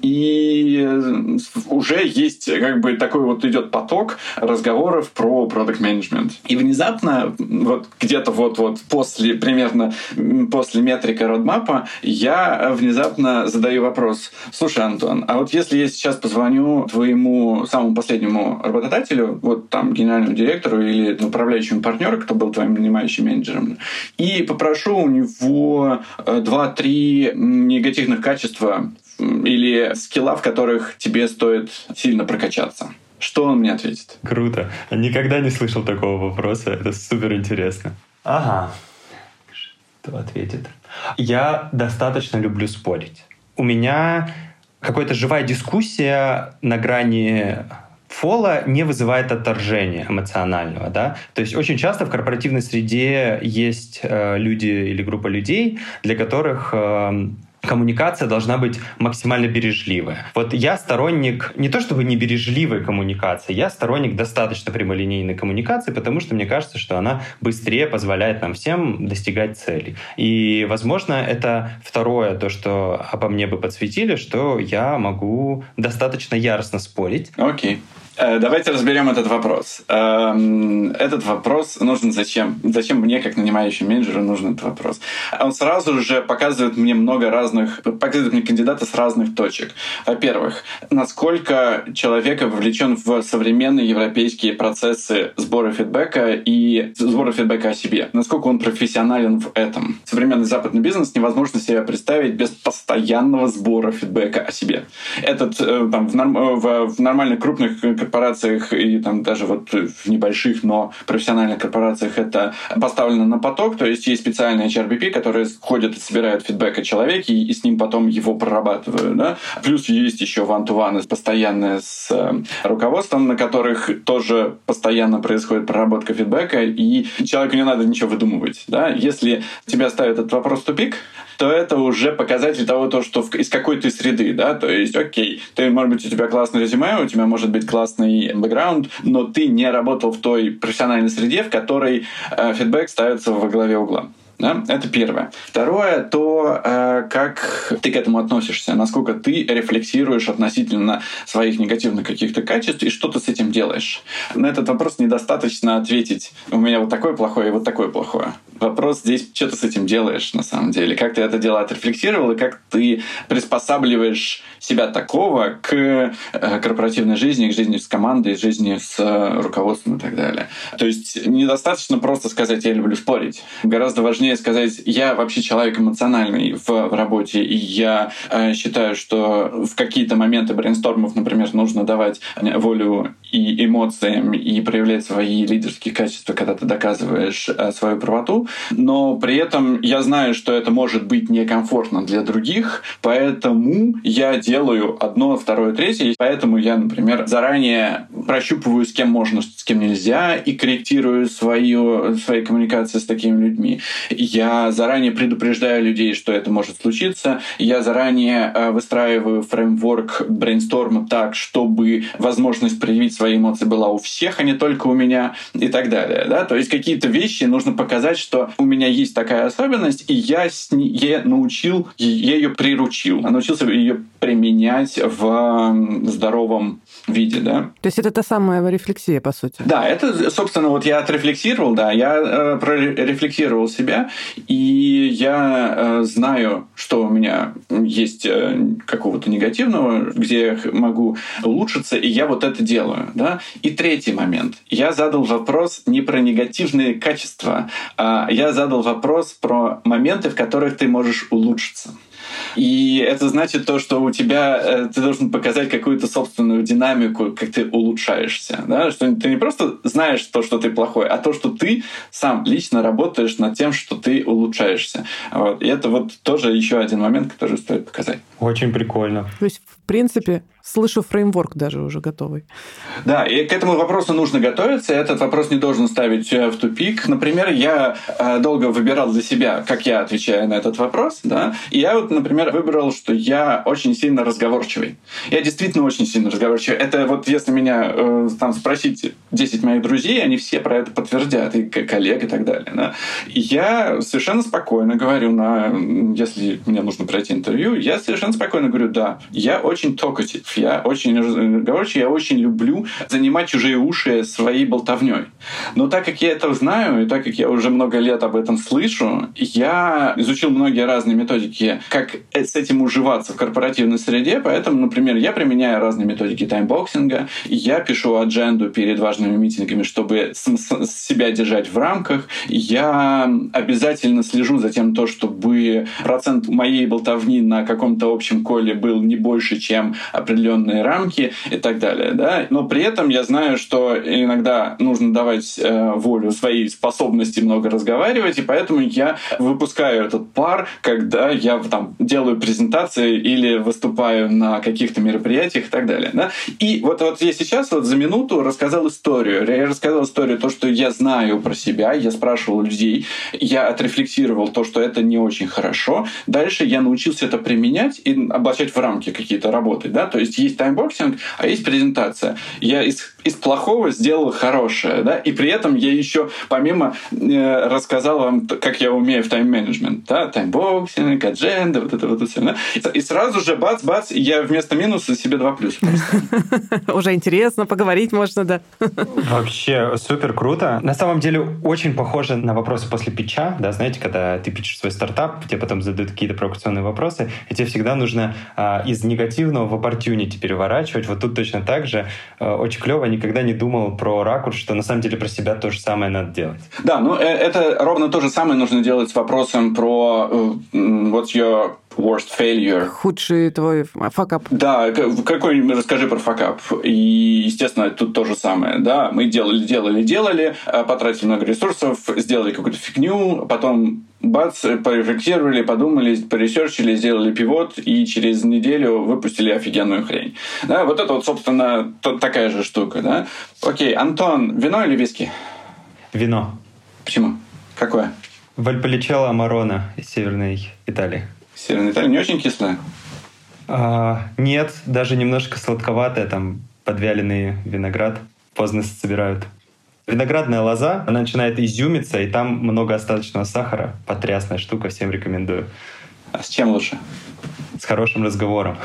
D: и уже есть как бы такой вот идет поток разговоров про product management. И внезапно вот где-то вот-вот после, примерно после метрика родмапа я внезапно задаю вопрос: слушай, Антон, а вот если я сейчас позвоню твоему самому последнему работодателю, вот там генеральному директору или управляющему партнеру, кто был твоим нанимающим менеджером, и попрошу у него два-три негативных качества или скилла, в которых тебе стоит сильно прокачаться, что он мне ответит?
E: Круто. Никогда не слышал такого вопроса. Это супер интересно. Ага. Что ответит? Я достаточно люблю спорить. У меня какая-то живая дискуссия на грани фола не вызывает отторжения эмоционального. Да? То есть очень часто в корпоративной среде есть э, люди или группа людей, для которых э, коммуникация должна быть максимально бережливая. Вот я сторонник не то чтобы не бережливой коммуникации, я сторонник достаточно прямолинейной коммуникации, потому что мне кажется, что она быстрее позволяет нам всем достигать целей. И, возможно, это второе, то, что обо мне бы подсветили, что я могу достаточно яростно спорить.
D: Окей. Давайте разберем этот вопрос. Этот вопрос нужен зачем? Зачем мне, как нанимающему менеджеру, нужен этот вопрос? Он сразу же показывает мне много разных, показывает мне кандидата с разных точек. Во-первых, насколько человек вовлечен в современные европейские процессы сбора фидбэка и сбора фидбэка о себе. Насколько он профессионален в этом. Современный западный бизнес невозможно себе представить без постоянного сбора фидбэка о себе. Этот там, в, норм, в, в нормальных крупных корпорациях и там даже вот в небольших, но профессиональных корпорациях это поставлено на поток, то есть есть специальные эйч ар би пи, которые ходят и собирают фидбэк о человеке и с ним потом его прорабатывают. Да? Плюс есть еще one-to-one постоянные с руководством, на которых тоже постоянно происходит проработка фидбэка, и человеку не надо ничего выдумывать. Да? Если тебя ставит этот вопрос в тупик, то это уже показатель того, то, что из какой ты среды. Да? То есть, окей, ты, может быть, у тебя классное резюме, у тебя может быть классный бэкграунд, но ты не работал в той профессиональной среде, в которой э, фидбэк ставится во главе угла. Да? Это первое. Второе, то э, как ты к этому относишься, насколько ты рефлексируешь относительно своих негативных каких-то качеств и что ты с этим делаешь. На этот вопрос недостаточно ответить: у меня вот такое плохое и вот такое плохое. Вопрос здесь, что ты с этим делаешь на самом деле, как ты это дело отрефлексировал и как ты приспосабливаешь себя такого к э, корпоративной жизни, к жизни с командой, к жизни с э, руководством и так далее. То есть недостаточно просто сказать: я люблю спорить. Гораздо важнее сказать: я вообще человек эмоциональный в, в работе, и я э, считаю, что в какие-то моменты брейнстормов, например, нужно давать волю и эмоциям, и проявлять свои лидерские качества, когда ты доказываешь свою правоту. Но при этом я знаю, что это может быть некомфортно для других, поэтому я делаю одно, второе, третье. Поэтому я, например, заранее прощупываю, с кем можно, с кем нельзя, и корректирую свою, свои коммуникации с такими людьми. Я заранее предупреждаю людей, что это может случиться. Я заранее выстраиваю фреймворк брейнсторма так, чтобы возможность проявить свои эмоции была у всех, а не только у меня, и так далее. Да? То есть какие-то вещи нужно показать, что у меня есть такая особенность, и я, с ней, я научил, я ее приручил, я научился ее применять в здоровом виде. Да?
A: То есть это та самая рефлексия, по сути?
D: Да, это, собственно, вот я отрефлексировал, да, я э, прорефлексировал себя, и я э, знаю, что у меня есть э, какого-то негативного, где я могу улучшиться, и я вот это делаю. Да? И третий момент. Я задал вопрос не про негативные качества, а я задал вопрос про моменты, в которых ты можешь улучшиться. И это значит то, что у тебя ты должен показать какую-то собственную динамику, как ты улучшаешься. Да? Что ты не просто знаешь то, что ты плохой, а то, что ты сам лично работаешь над тем, что ты улучшаешься. Вот. И это вот тоже еще один момент, который стоит показать.
E: Очень прикольно.
A: То есть, в принципе, слышу фреймворк даже уже готовый.
D: Да, и к этому вопросу нужно готовиться. Этот вопрос не должен ставить в тупик. Например, я долго выбирал для себя, как я отвечаю на этот вопрос. Да? И я вот, например, выбрал, что я очень сильно разговорчивый. Я действительно очень сильно разговорчивый. Это вот если меня э, там спросить десять моих друзей, они все про это подтвердят, и коллег, и так далее. Да? И я совершенно спокойно говорю, на, если мне нужно пройти интервью, я совершенно спокойно говорю, да, я очень talkative, я очень разговорчивый, я очень люблю занимать чужие уши своей болтовней. Но так как я это знаю, и так как я уже много лет об этом слышу, я изучил многие разные методики, как с этим уживаться в корпоративной среде, поэтому, например, я применяю разные методики таймбоксинга, я пишу адженду перед важными митингами, чтобы себя держать в рамках, я обязательно слежу за тем, то, чтобы процент моей болтовни на каком-то общем коле был не больше, чем определенные рамки и так далее. Да? Но при этом я знаю, что иногда нужно давать э, волю своей способности много разговаривать, и поэтому я выпускаю этот пар, когда я там делаю презентации или выступаю на каких-то мероприятиях и так далее. Да? И вот, вот я сейчас вот за минуту рассказал историю. Я рассказал историю, то, что я знаю про себя, я спрашивал людей, я отрефлексировал то, что это не очень хорошо. Дальше я научился это применять и облачать в рамки какие-то работы. Да? То есть есть таймбоксинг, а есть презентация. Я из, из плохого сделал хорошее. Да? И при этом я еще помимо э, рассказал вам, как я умею в тайм-менеджмент. Да? Таймбоксинг, адженда, вот это вот все. Да? И сразу же бац-бац, я вместо минуса себе два плюса.
A: Уже интересно, поговорить можно, да.
E: Вообще супер круто. На самом деле очень похоже на вопросы после питча, да, знаете, когда ты питчишь свой стартап, тебе потом задают какие-то провокационные вопросы, и тебе всегда нужно а, из негативного в opportunity переворачивать. Вот тут точно так же. А, очень клево, никогда не думал про ракурс, что на самом деле про себя то же самое надо делать.
D: Да, ну это ровно то же самое нужно делать с вопросом про uh, what's your worst failure.
A: Худший твой факап.
D: Да, какой расскажи про факап. И, естественно, тут то же самое. Да, мы делали, делали, делали, потратили много ресурсов, сделали какую-то фигню, потом бац, порефлексировали, подумали, поресерчили, сделали пивот и через неделю выпустили офигенную хрень. Да, вот это вот, собственно, такая же штука. Да? Окей, Антон, вино или виски?
E: Вино.
D: Почему? Какое?
E: Вальполичелло Амарона из Северной Италии.
D: Северная Италия не очень кислая?
E: А, нет, даже немножко сладковатая, там подвяленный виноград поздно собирают. Виноградная лоза, она начинает изюмиться, и там много остаточного сахара. Потрясная штука, всем рекомендую.
D: А с чем лучше?
E: С хорошим разговором.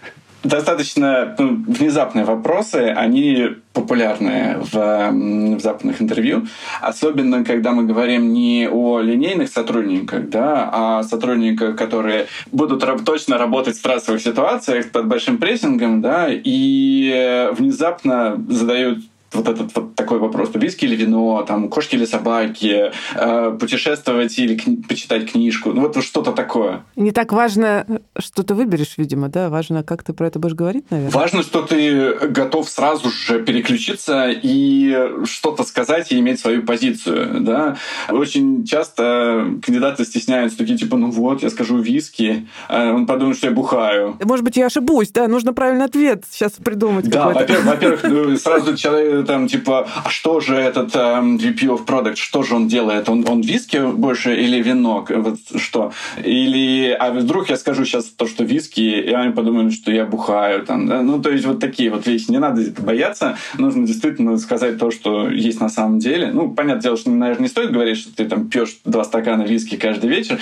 D: Достаточно ну, внезапные вопросы, они популярны в, в западных интервью, особенно когда мы говорим не о линейных сотрудниках, да, а сотрудниках, которые будут раб- точно работать в стрессовых ситуациях под большим прессингом, да, и внезапно задают вот этот вот такой вопрос: виски или вино, там, кошки или собаки, э, путешествовать или кни- почитать книжку. Ну, вот что-то такое.
A: Не так важно, что ты выберешь, видимо, да? Важно, как ты про это будешь говорить, наверное.
D: Важно, что ты готов сразу же переключиться и что-то сказать и иметь свою позицию, да. Очень часто кандидаты стесняются, такие типа: ну вот, я скажу виски, а он подумает, что я бухаю.
A: Может быть, я ошибусь, да? Нужно правильный ответ сейчас придумать.
D: Да,
A: какой-то.
D: во-первых, во-первых, сразу человек там типа: а что же этот um, ви пи of Product, что же он делает? Он, он виски больше или вино? Вот что? Или, а вдруг я скажу сейчас то, что виски, и они подумают, что я бухаю. Там, да? Ну, то есть вот такие вот вещи. Не надо бояться, нужно действительно сказать то, что есть на самом деле. Ну, понятное дело, что, наверное, не стоит говорить, что ты там пьешь два стакана виски каждый вечер,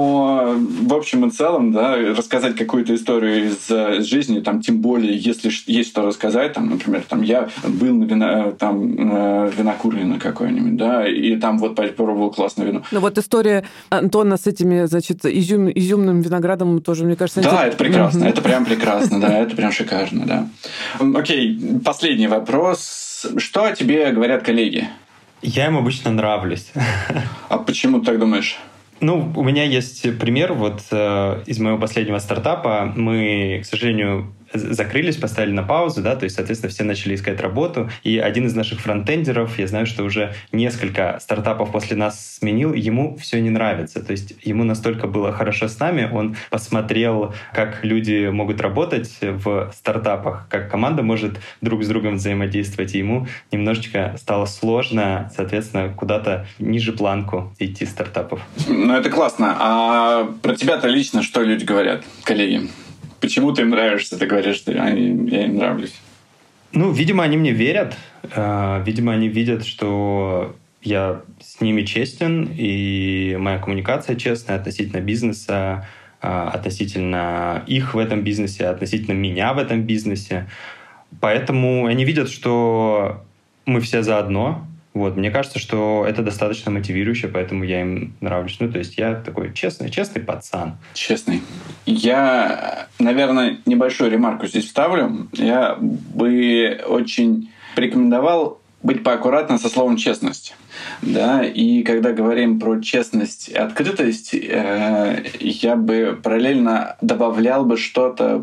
D: но в общем и целом, да, рассказать какую-то историю из, из жизни, там, тем более, если есть что рассказать, там, например, там, я был на вино, там, винокурне на какой-нибудь, да, и там вот попробовал классное вино.
A: Ну вот история Антона с этими, значит, изюм, изюмным виноградом тоже, мне кажется...
D: Да,
A: интерес...
D: это прекрасно, это прям прекрасно, да, это прям шикарно, да. Окей, последний вопрос. Что о тебе говорят коллеги?
E: Я им обычно нравлюсь.
D: А почему ты так думаешь?
E: Ну, у меня есть пример вот э, из моего последнего стартапа. Мы, к сожалению, закрылись, поставили на паузу, да, то есть, соответственно, все начали искать работу, и один из наших фронтендеров, я знаю, что уже несколько стартапов после нас сменил, ему все не нравится, то есть ему настолько было хорошо с нами, он посмотрел, как люди могут работать в стартапах, как команда может друг с другом взаимодействовать, и ему немножечко стало сложно, соответственно, куда-то ниже планку идти стартапов.
D: Ну, это классно. А про тебя-то лично что люди говорят, коллеги? Почему ты им нравишься? Ты говоришь, что я им нравлюсь.
E: Ну, видимо, они мне верят. Видимо, они видят, что я с ними честен, и моя коммуникация честная относительно бизнеса, относительно их в этом бизнесе, относительно меня в этом бизнесе. Поэтому они видят, что мы все заодно. Вот. Мне кажется, что это достаточно мотивирующе, поэтому я им нравлюсь. Ну, то есть я такой честный, честный пацан.
D: Честный. Я, наверное, небольшую ремарку здесь вставлю. Я бы очень порекомендовал быть поаккуратным со словом «честность». Да? И когда говорим про честность и открытость, э, я бы параллельно добавлял бы что-то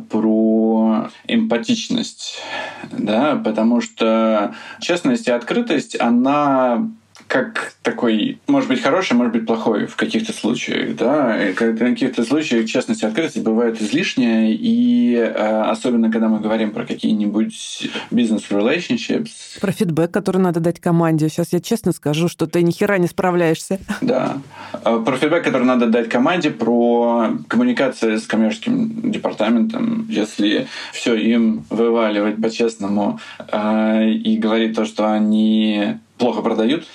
D: про эмпатичность. Да? Потому что честность и открытость, она как такой, может быть, хороший, может быть, плохой в каких-то случаях. Да? И в каких-то случаях честность и открытость бывает излишняя, и э, особенно, когда мы говорим про какие-нибудь бизнес-relationships.
A: Про фидбэк, который надо дать команде. Сейчас я честно скажу, что ты ни хера не справляешься.
D: Да. Про фидбэк, который надо дать команде, про коммуникацию с коммерческим департаментом. Если все им вываливать по-честному э, и говорить то, что они плохо продают,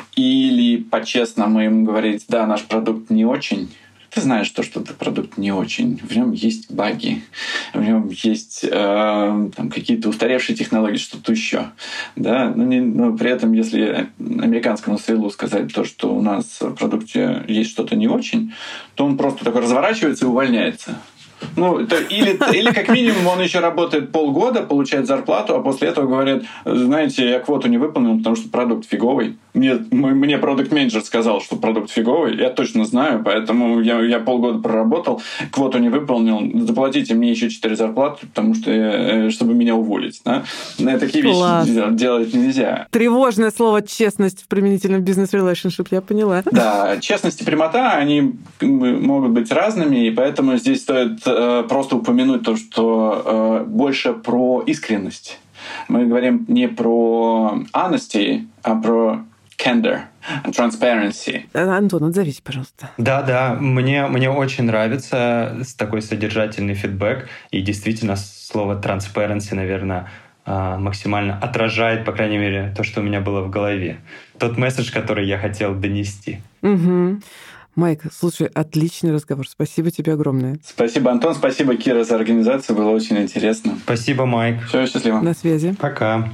D: или по-честному им говорить: да, наш продукт не очень. Ты знаешь то, что этот продукт не очень. В нем есть баги, в нем есть э, там, какие-то устаревшие технологии, что-то еще. Да? Но, не, но при этом, если американскому сейлу сказать то, что у нас в продукте есть что-то не очень, то он просто такой разворачивается и увольняется. Ну, это, или, или как минимум он еще работает полгода, получает зарплату, а после этого говорят: знаете, я квоту не выполнил, потому что продукт фиговый. Мне, мне продукт-менеджер сказал, что продукт фиговый, я точно знаю, поэтому я, я полгода проработал, квоту не выполнил, заплатите мне еще четыре зарплаты, потому что, чтобы меня уволить. Да? Такие
A: Класс.
D: Вещи делать нельзя.
A: Тревожное слово «честность» в применительном бизнес-релейшншип, я поняла.
D: Да, честность и прямота, они могут быть разными, и поэтому здесь стоит просто упомянуть то, что э, больше про искренность. Мы говорим не про honesty, а про candor, transparency.
A: Антон, отзовись, пожалуйста.
E: Да-да, мне, мне очень нравится такой содержательный фидбэк, и действительно слово transparency, наверное, максимально отражает, по крайней мере, то, что у меня было в голове. Тот месседж, который я хотел донести.
A: Угу. Майк, слушай, отличный разговор. Спасибо тебе огромное.
D: Спасибо, Антон. Спасибо, Кира, за организацию. Было очень интересно.
E: Спасибо, Майк.
D: Все, счастливо.
A: На связи.
E: Пока.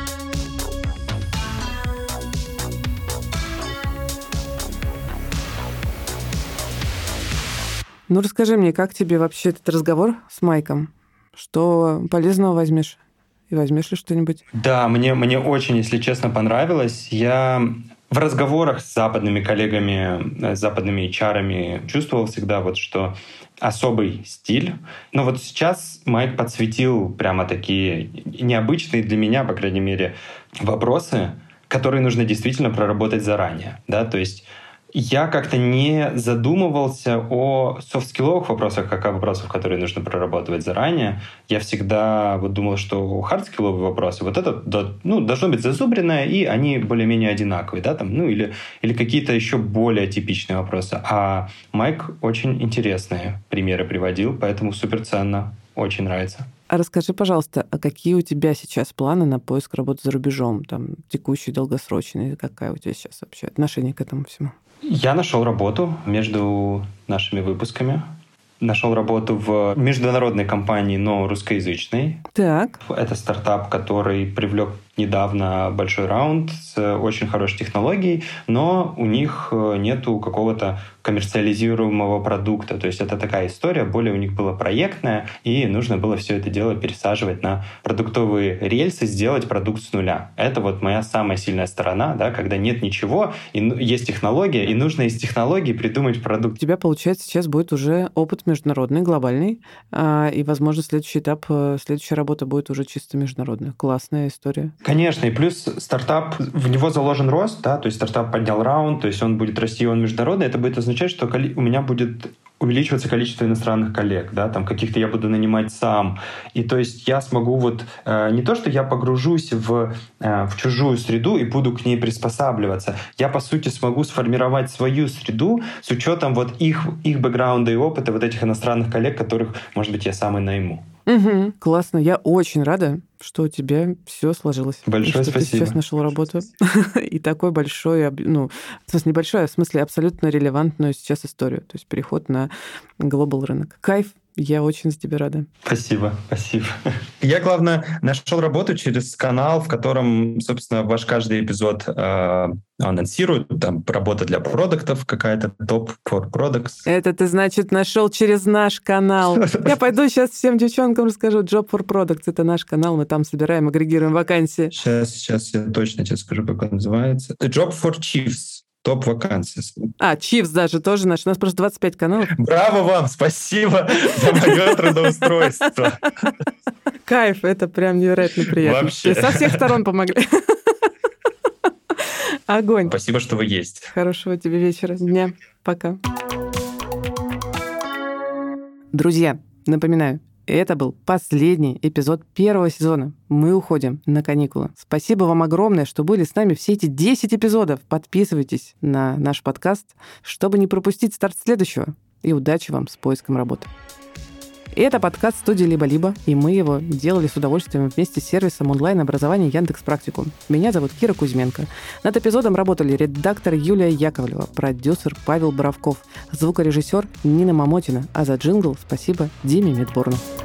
A: Ну, расскажи мне, как тебе вообще этот разговор с Майком? Что полезного возьмешь И возьмешь ли что-нибудь?
E: Да, мне, мне очень, если честно, понравилось. Я в разговорах с западными коллегами, с западными эйч ар-ами чувствовал всегда, вот, что особый стиль. Но вот сейчас Майк подсветил прямо такие необычные для меня, по крайней мере, вопросы, которые нужно действительно проработать заранее. Да? То есть я как-то не задумывался о софт-скилловых вопросах, как о вопросах, которые нужно прорабатывать заранее. Я всегда вот думал, что хард-скилловые вопросы, вот это ну, должно быть зазубренное, и они более-менее одинаковые, да, там, ну, или, или какие-то еще более типичные вопросы. А Майк очень интересные примеры приводил, поэтому суперценно, очень нравится.
A: А расскажи, пожалуйста, а какие у тебя сейчас планы на поиск работы за рубежом? Там, текущий, долгосрочный? Какая у тебя сейчас вообще отношение к этому всему?
E: Я нашел работу между нашими выпусками. Нашел работу в международной компании, но русскоязычной.
A: Так.
E: Это стартап, который привлек недавно большой раунд с очень хорошей технологией, но у них нету какого-то коммерциализируемого продукта. То есть это такая история, более у них была проектная, и нужно было все это дело пересаживать на продуктовые рельсы, сделать продукт с нуля. Это вот моя самая сильная сторона, да, когда нет ничего, и есть технология, и нужно из технологий придумать продукт.
A: У тебя, получается, сейчас будет уже опыт международный, глобальный, и, возможно, следующий этап, следующая работа будет уже чисто международная. Классная история.
E: Конечно, и плюс стартап, в него заложен рост, да, то есть стартап поднял раунд, то есть он будет расти, он международный, это будет означать, что у меня будет увеличиваться количество иностранных коллег, да, там каких-то я буду нанимать сам. И то есть я смогу вот э, не то, что я погружусь в, э, в чужую среду и буду к ней приспосабливаться, я, по сути, смогу сформировать свою среду с учетом вот их, их бэкграунда и опыта вот этих иностранных коллег, которых, может быть, я сам и найму.
A: Угу, классно. Я очень рада, что у тебя все сложилось.
E: Большое
A: и что
E: спасибо.
A: Ты сейчас нашел работу. И такой большой, ну, в смысле, небольшой, а в смысле абсолютно релевантную сейчас историю. То есть переход на глобал рынок. Кайф. Я очень за тебя рада.
E: Спасибо, спасибо. Я, главное, нашел работу через канал, в котором, собственно, ваш каждый эпизод э, анонсирует. Там работа для продуктов, какая-то топ for products.
A: Это ты, значит, нашел через наш канал. Я пойду сейчас всем девчонкам расскажу. Job for Products — это наш канал. Мы там собираем, агрегируем вакансии.
E: Сейчас, сейчас я точно тебе скажу, как он называется. Job for Chiefs. Топ вакансий.
A: А, Chiefs даже тоже наш. У нас просто двадцать пять каналов.
E: Браво вам! Спасибо за мое трудоустройство.
A: Кайф, это прям невероятно приятно.
E: Вообще.
A: Со всех сторон помогли. Огонь.
E: Спасибо, что вы есть.
A: Хорошего тебе вечера, дня. Пока. Друзья, напоминаю, это был последний эпизод первого сезона. Мы уходим на каникулы. Спасибо вам огромное, что были с нами все эти десять эпизодов. Подписывайтесь на наш подкаст, чтобы не пропустить старт следующего. И удачи вам с поиском работы. Это подкаст студии «Либо-либо», и мы его делали с удовольствием вместе с сервисом онлайн-образования Яндекс.Практикум. Меня зовут Кира Кузьменко. Над эпизодом работали редактор Юлия Яковлева, продюсер Павел Боровков, звукорежиссер Нина Мамотина, а за джингл спасибо Диме Медборну.